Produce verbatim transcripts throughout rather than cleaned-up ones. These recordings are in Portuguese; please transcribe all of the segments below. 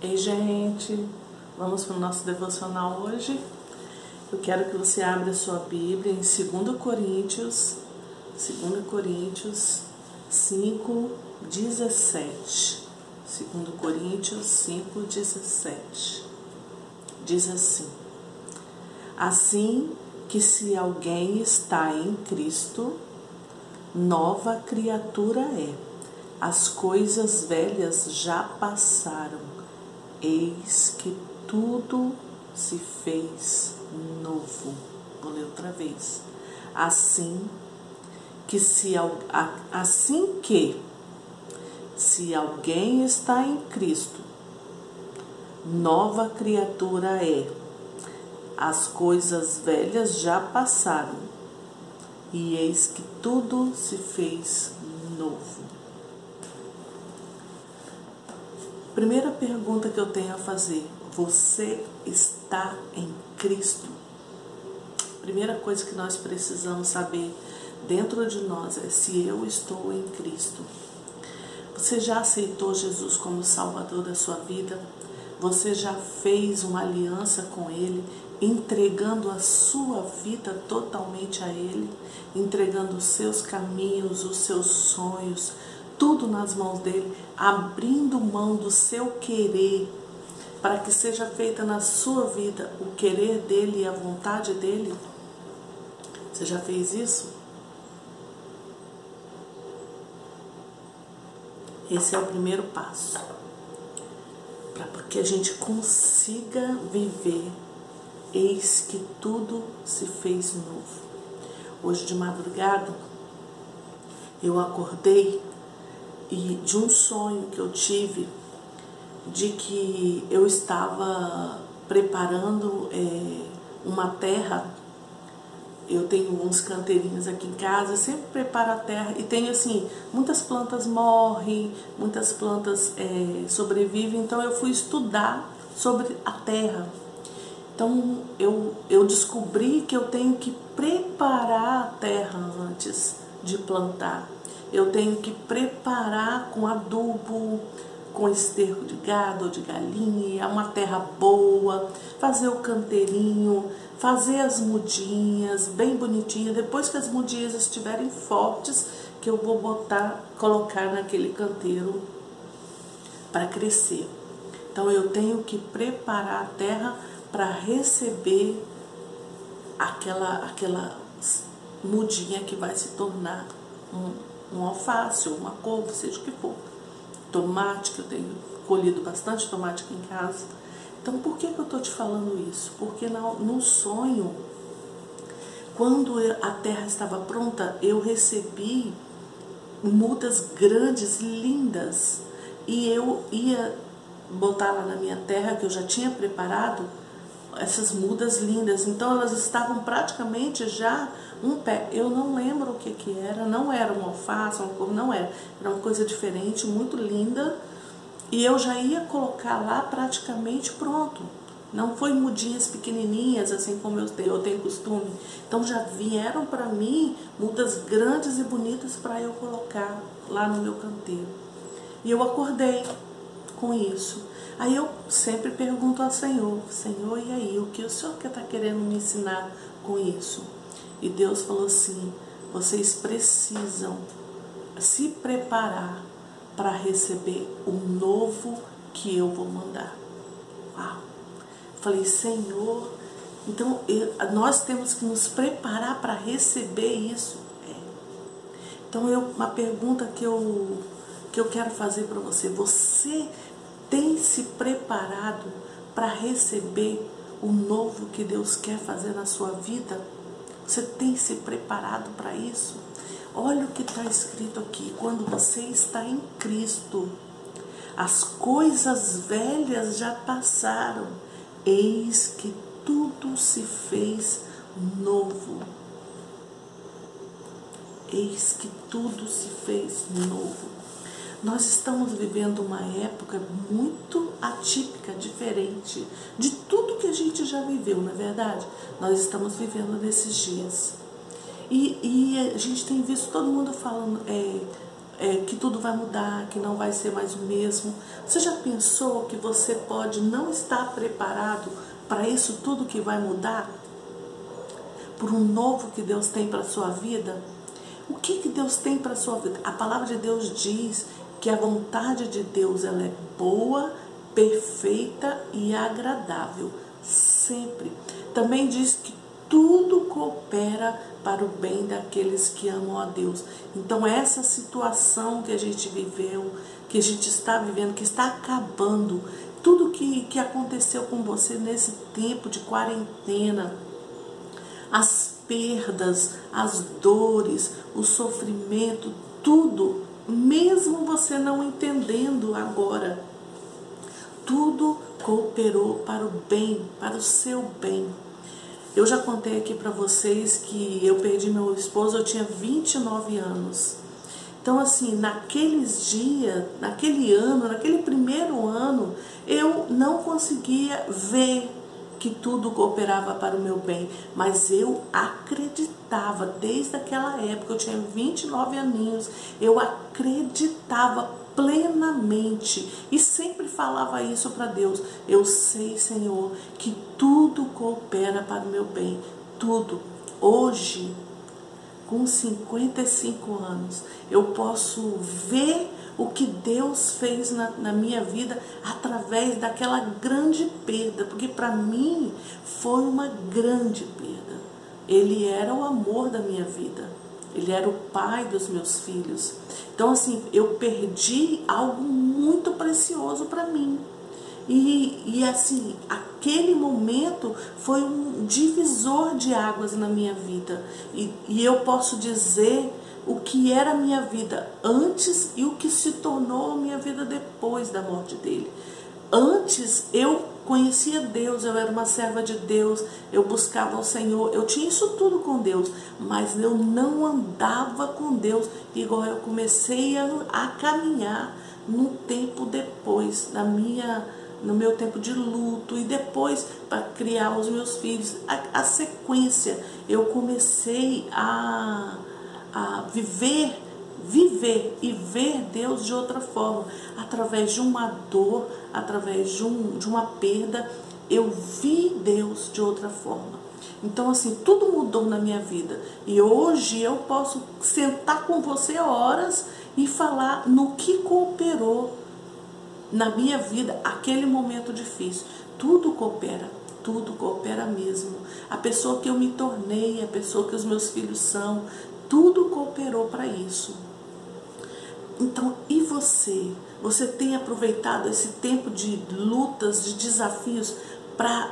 Ei, gente, vamos para o nosso devocional hoje. Eu quero que você abra a sua Bíblia em dois Coríntios, dois Coríntios cinco, dezessete. dois Coríntios cinco, dezessete. Diz assim: assim que se alguém está em Cristo, nova criatura é. As coisas velhas já passaram, eis que tudo se fez novo. Vou ler outra vez. Assim que se assim que se alguém está em Cristo, nova criatura é. As coisas velhas já passaram, e eis que tudo se fez novo. Primeira pergunta que eu tenho a fazer: você está em Cristo? Primeira coisa que nós precisamos saber dentro de nós é se eu estou em Cristo. Você já aceitou Jesus como Salvador da sua vida? Você já fez uma aliança com Ele, entregando a sua vida totalmente a Ele, entregando os seus caminhos, os seus sonhos, tudo nas mãos dele, abrindo mão do seu querer, para que seja feita na sua vida o querer dele e a vontade dele? Você já fez isso? Esse é o primeiro passo, para que a gente consiga viver. Eis que tudo se fez novo. Hoje de madrugada, eu acordei e de um sonho que eu tive, de que eu estava preparando é, uma terra. Eu tenho uns canteirinhos aqui em casa, eu sempre preparo a terra e tenho assim, muitas plantas morrem, muitas plantas é, sobrevivem, então eu fui estudar sobre a terra. Então eu, eu descobri que eu tenho que preparar a terra antes de plantar. Eu tenho que preparar com adubo, com esterco de gado ou de galinha, uma terra boa, fazer o canteirinho, fazer as mudinhas bem bonitinhas. Depois que as mudinhas estiverem fortes, que eu vou botar, colocar naquele canteiro para crescer. Então eu tenho que preparar a terra para receber aquela, aquela mudinha que vai se tornar um, um alface ou uma couve, seja o que for. Tomate, que eu tenho colhido bastante tomate aqui em casa. Então, por que, que eu estou te falando isso? Porque no, no sonho, quando a terra estava pronta, eu recebi mudas grandes, lindas, e eu ia botar lá na minha terra, que eu já tinha preparado, essas mudas lindas. Então, elas estavam praticamente já um pé. Eu não lembro o que que era, não era uma alface, uma couve, não era. Era uma coisa diferente, muito linda. E eu já ia colocar lá praticamente pronto. Não foi mudinhas pequenininhas, assim como eu tenho, eu tenho costume. Então já vieram para mim mudas grandes e bonitas para eu colocar lá no meu canteiro. E eu acordei com isso. Aí eu sempre pergunto ao Senhor: Senhor, e aí, o que o Senhor está querendo me ensinar com isso? E Deus falou assim: vocês precisam se preparar para receber o novo que eu vou mandar. Uau! Falei: Senhor, então eu, nós temos que nos preparar para receber isso. É. Então eu, uma pergunta que eu, que eu quero fazer para você: você tem se preparado para receber o novo que Deus quer fazer na sua vida? Você tem se preparado para isso? Olha o que está escrito aqui: quando você está em Cristo, as coisas velhas já passaram, eis que tudo se fez novo. Eis que tudo se fez novo. Nós estamos vivendo uma época muito atípica, diferente de tudo que a gente já viveu, não é verdade? Nós estamos vivendo nesses dias. E, e a gente tem visto todo mundo falando, é, é, que tudo vai mudar, que não vai ser mais o mesmo. Você já pensou que você pode não estar preparado para isso tudo que vai mudar? Por um novo que Deus tem para a sua vida? O que, que Deus tem para a sua vida? A palavra de Deus diz que a vontade de Deus ela é boa, perfeita e agradável. Sempre. Também diz que tudo coopera para o bem daqueles que amam a Deus. Então essa situação que a gente viveu, que a gente está vivendo, que está acabando, tudo que, que aconteceu com você nesse tempo de quarentena, as perdas, as dores, o sofrimento, tudo, mesmo você não entendendo agora, tudo cooperou para o bem, para o seu bem. Eu já contei aqui para vocês que eu perdi meu esposo, eu tinha vinte e nove anos. Então assim, naqueles dias, naquele ano, naquele primeiro ano, eu não conseguia ver que tudo cooperava para o meu bem, mas eu acreditava, desde aquela época, eu tinha vinte e nove aninhos, eu acreditava plenamente e sempre falava isso para Deus: eu sei, Senhor, que tudo coopera para o meu bem, tudo. Hoje, com cinquenta e cinco anos, eu posso ver o que Deus fez na, na minha vida através daquela grande perda, porque para mim foi uma grande perda. Ele era o amor da minha vida, ele era o pai dos meus filhos. Então assim, eu perdi algo muito precioso para mim. E, e assim, aquele momento foi um divisor de águas na minha vida. E, e eu posso dizer o que era a minha vida antes e o que se tornou a minha vida depois da morte dele. Antes eu conhecia Deus, eu era uma serva de Deus, eu buscava o Senhor, eu tinha isso tudo com Deus, mas eu não andava com Deus igual eu comecei a, a caminhar no tempo depois, na minha, no meu tempo de luto e depois para criar os meus filhos. A, a sequência, eu comecei a, a viver viver e ver Deus de outra forma, através de uma dor, através de, um, de uma perda, eu vi Deus de outra forma. Então assim, tudo mudou na minha vida, e hoje eu posso sentar com você horas e falar no que cooperou na minha vida aquele momento difícil. Tudo coopera, tudo coopera mesmo. A pessoa que eu me tornei, a pessoa que os meus filhos são, tudo cooperou para isso. Então, e você? Você tem aproveitado esse tempo de lutas, de desafios, para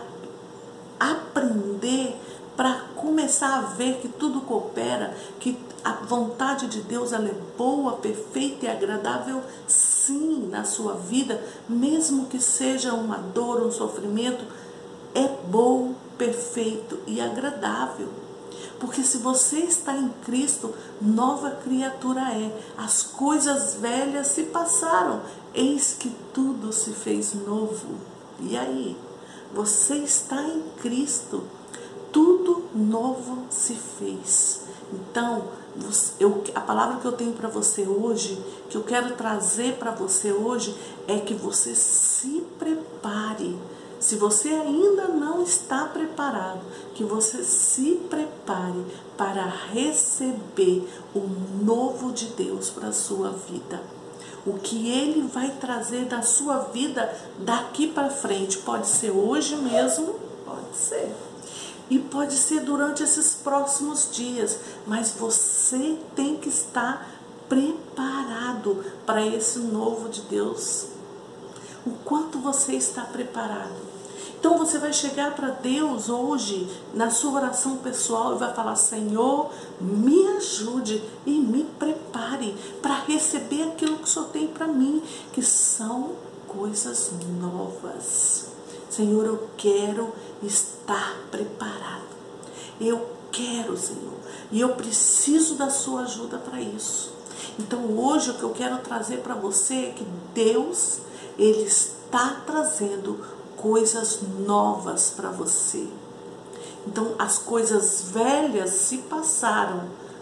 aprender, para começar a ver que tudo coopera, que a vontade de Deus ela é boa, perfeita e agradável, sim, na sua vida, mesmo que seja uma dor, um sofrimento, é bom, perfeito e agradável. Porque se você está em Cristo, nova criatura é. As coisas velhas se passaram, eis que tudo se fez novo. E aí? Você está em Cristo, tudo novo se fez. Então, eu, a palavra que eu tenho para você hoje, que eu quero trazer para você hoje, é que você se prepare. Se você ainda não está preparado, que você se prepare para receber o novo de Deus para a sua vida. O que Ele vai trazer da sua vida daqui para frente. Pode ser hoje mesmo, pode ser. E pode ser durante esses próximos dias. Mas você tem que estar preparado para esse novo de Deus. O quanto você está preparado? Então você vai chegar para Deus hoje, na sua oração pessoal, e vai falar: Senhor, me ajude e me prepare para receber aquilo que o Senhor tem para mim, que são coisas novas. Senhor, eu quero estar preparado. Eu quero, Senhor, e eu preciso da sua ajuda para isso. Então hoje o que eu quero trazer para você é que Deus, Ele está trazendo coisas novas para você. Então as coisas velhas se passaram,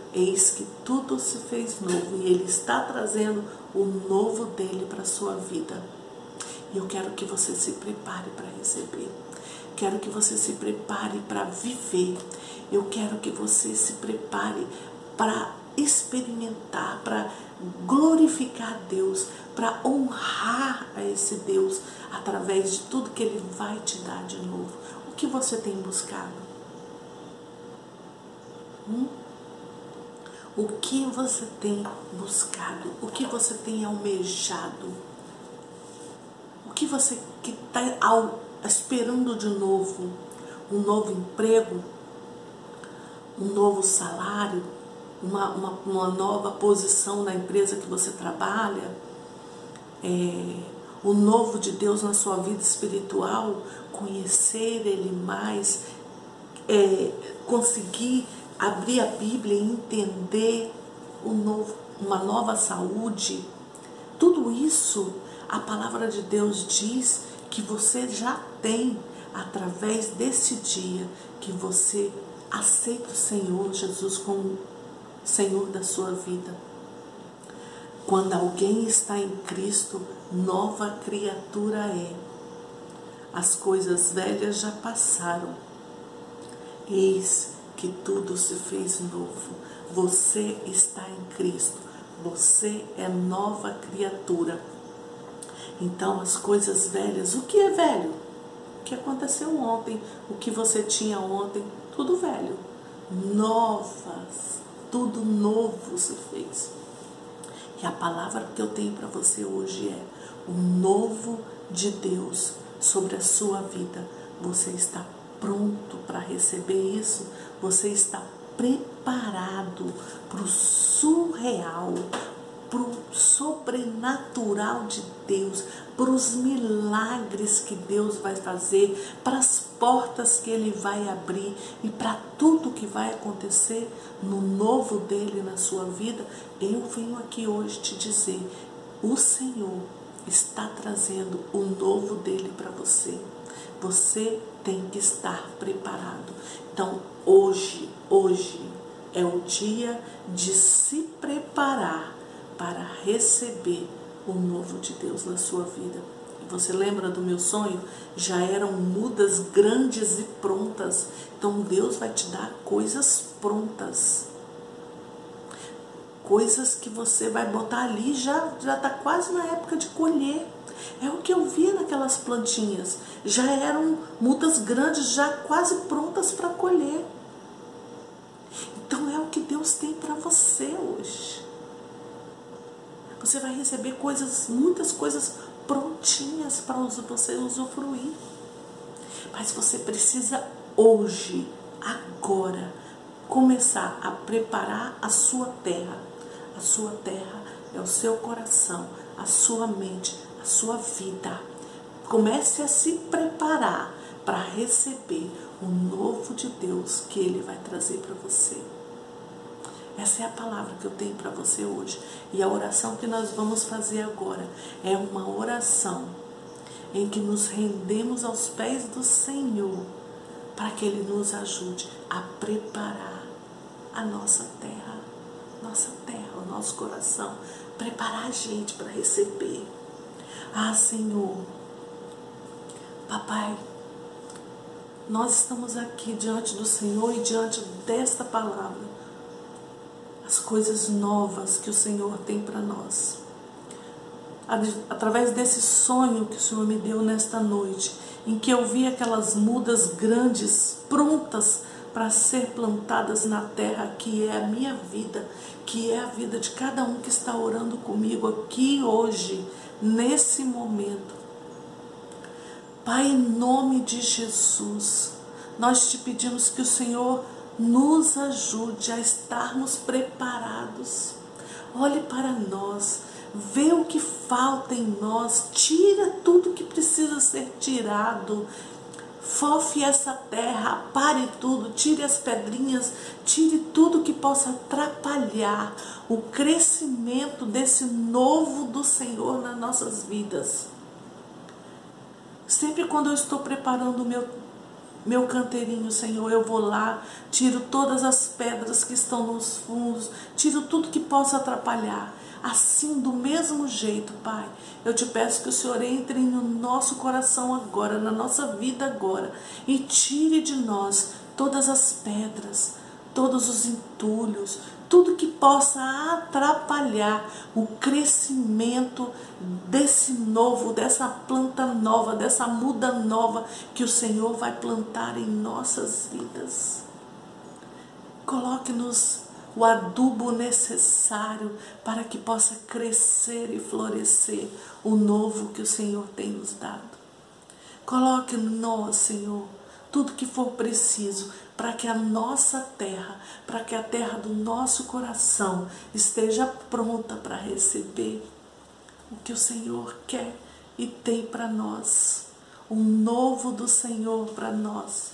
eis que tudo se fez novo e Ele está trazendo o novo dele para a sua vida. E eu quero que você se prepare para receber. Quero que você se prepare para viver. Eu quero que você se prepare para experimentar, para glorificar a Deus, para honrar a esse Deus através de tudo que Ele vai te dar de novo. O que você tem buscado? Hum? O que você tem buscado? O que você tem almejado? O que você que está esperando de novo? Um novo emprego? Um novo salário? Uma, uma, uma nova posição na empresa que você trabalha? É, o novo de Deus na sua vida espiritual? Conhecer Ele mais? É, conseguir abrir a Bíblia e entender o novo, uma nova saúde? Tudo isso a palavra de Deus diz que você já tem através desse dia que você aceita o Senhor Jesus como Senhor da sua vida. Quando alguém está em Cristo, nova criatura é. As coisas velhas já passaram. Eis que tudo se fez novo. Você está em Cristo. Você é nova criatura. Então as coisas velhas, o que é velho? O que aconteceu ontem, o que você tinha ontem, tudo velho. Novas, tudo novo se fez. E a palavra que eu tenho para você hoje é o novo de Deus sobre a sua vida. Você está pronto para receber isso? Você está preparado para o surreal, para o sobrenatural de Deus, para os milagres que Deus vai fazer, para as portas que Ele vai abrir e para tudo que vai acontecer no novo dele na sua vida? Eu venho aqui hoje te dizer, o Senhor está trazendo o novo dele para você. Você tem que estar preparado. Então, hoje, hoje é o dia de se preparar para receber o novo de Deus na sua vida. Você lembra do meu sonho? Já eram mudas grandes e prontas. Então, Deus vai te dar coisas prontas. Coisas que você vai botar ali, já já está quase na época de colher. É o que eu via naquelas plantinhas. Já eram mudas grandes, já quase prontas para colher. Então é o que Deus tem para você hoje. Você vai receber coisas, muitas coisas prontinhas para você usufruir. Mas você precisa hoje, agora, começar a preparar a sua terra. A sua terra é o seu coração, a sua mente, a sua vida. Comece a se preparar para receber o novo de Deus que Ele vai trazer para você. Essa é a palavra que eu tenho para você hoje. E a oração que nós vamos fazer agora é uma oração em que nos rendemos aos pés do Senhor para que Ele nos ajude a preparar a nossa terra, nossa terra, o nosso coração, preparar a gente para receber. Ah, Senhor, Papai, nós estamos aqui diante do Senhor e diante desta palavra, as coisas novas que o Senhor tem para nós. Através desse sonho que o Senhor me deu nesta noite, em que eu vi aquelas mudas grandes, prontas para ser plantadas na terra, que é a minha vida, que é a vida de cada um que está orando comigo aqui hoje, nesse momento. Pai, em nome de Jesus, nós te pedimos que o Senhor nos ajude a estarmos preparados. Olhe para nós, vê o que falta em nós, tira tudo que precisa ser tirado. Fofe essa terra, apare tudo, tire as pedrinhas, tire tudo que possa atrapalhar o crescimento desse novo do Senhor nas nossas vidas. Sempre quando eu estou preparando o meu, meu canteirinho, Senhor, eu vou lá, tiro todas as pedras que estão nos fundos, tiro tudo que possa atrapalhar. Assim, do mesmo jeito, Pai, eu te peço que o Senhor entre no nosso coração agora, na nossa vida agora, e tire de nós todas as pedras, todos os entulhos, tudo que possa atrapalhar o crescimento desse novo, dessa planta nova, dessa muda nova que o Senhor vai plantar em nossas vidas. Coloque-nos o adubo necessário para que possa crescer e florescer o novo que o Senhor tem nos dado. Coloque em nós, Senhor, tudo que for preciso para que a nossa terra, para que a terra do nosso coração esteja pronta para receber o que o Senhor quer e tem para nós, o novo do Senhor para nós.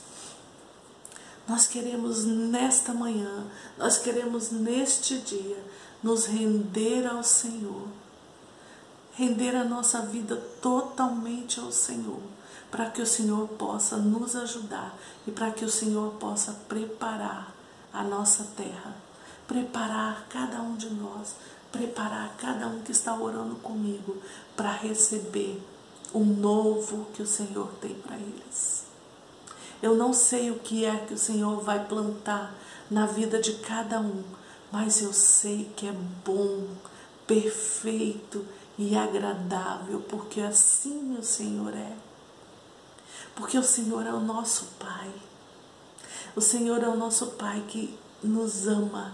Nós queremos nesta manhã, nós queremos neste dia nos render ao Senhor, render a nossa vida totalmente ao Senhor, para que o Senhor possa nos ajudar e para que o Senhor possa preparar a nossa terra, preparar cada um de nós, preparar cada um que está orando comigo para receber o novo que o Senhor tem para eles. Eu não sei o que é que o Senhor vai plantar na vida de cada um, mas eu sei que é bom, perfeito e agradável, porque assim o Senhor é. Porque o Senhor é o nosso Pai. O Senhor é o nosso Pai que nos ama.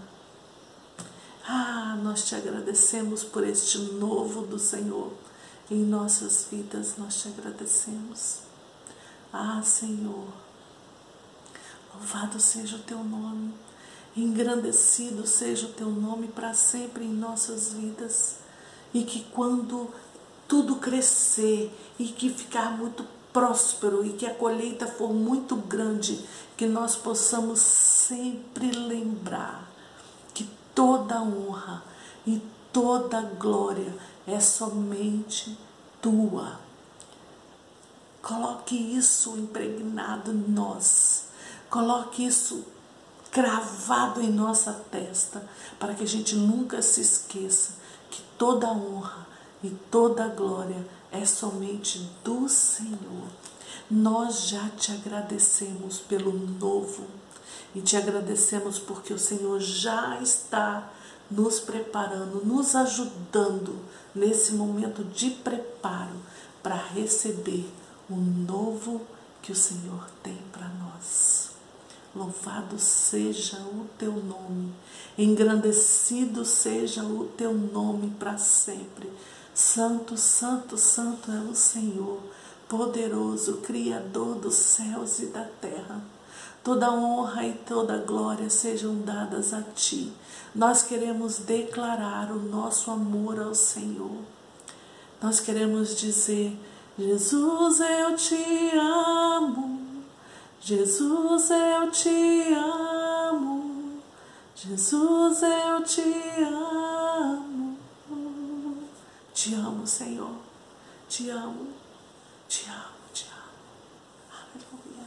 Ah, nós te agradecemos por este novo do Senhor em nossas vidas, nós te agradecemos. Ah, Senhor, louvado seja o teu nome, engrandecido seja o teu nome para sempre em nossas vidas. E que quando tudo crescer e que ficar muito próspero e que a colheita for muito grande, que nós possamos sempre lembrar que toda honra e toda glória é somente tua. Coloque isso impregnado em nós, coloque isso cravado em nossa testa, para que a gente nunca se esqueça que toda honra e toda glória é somente do Senhor. Nós já te agradecemos pelo novo e te agradecemos porque o Senhor já está nos preparando, nos ajudando nesse momento de preparo para receber o novo que o Senhor tem para nós. Louvado seja o teu nome, engrandecido seja o teu nome para sempre. Santo, santo, santo é o Senhor, poderoso, Criador dos céus e da terra. Toda honra e toda glória sejam dadas a ti. Nós queremos declarar o nosso amor ao Senhor. Nós queremos dizer: Jesus, eu te amo. Jesus, eu te amo. Jesus, eu te amo. Te amo, Senhor. Te amo. Te amo, te amo. Aleluia.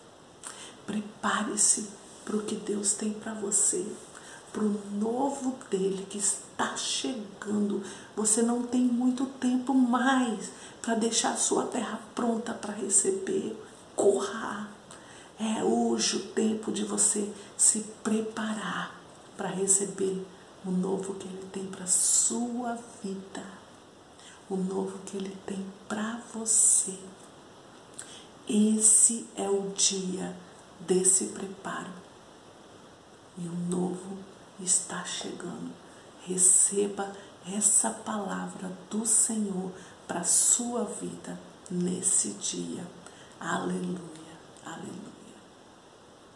Prepare-se para o que Deus tem para você, para o novo dele que está chegando. Você não tem muito tempo mais para deixar a sua terra pronta para receber. Corra! É hoje o tempo de você se preparar para receber o novo que ele tem para a sua vida. O novo que ele tem para você. Esse é o dia desse preparo. E o novo está chegando. Receba essa palavra do Senhor para a sua vida nesse dia. Aleluia, aleluia.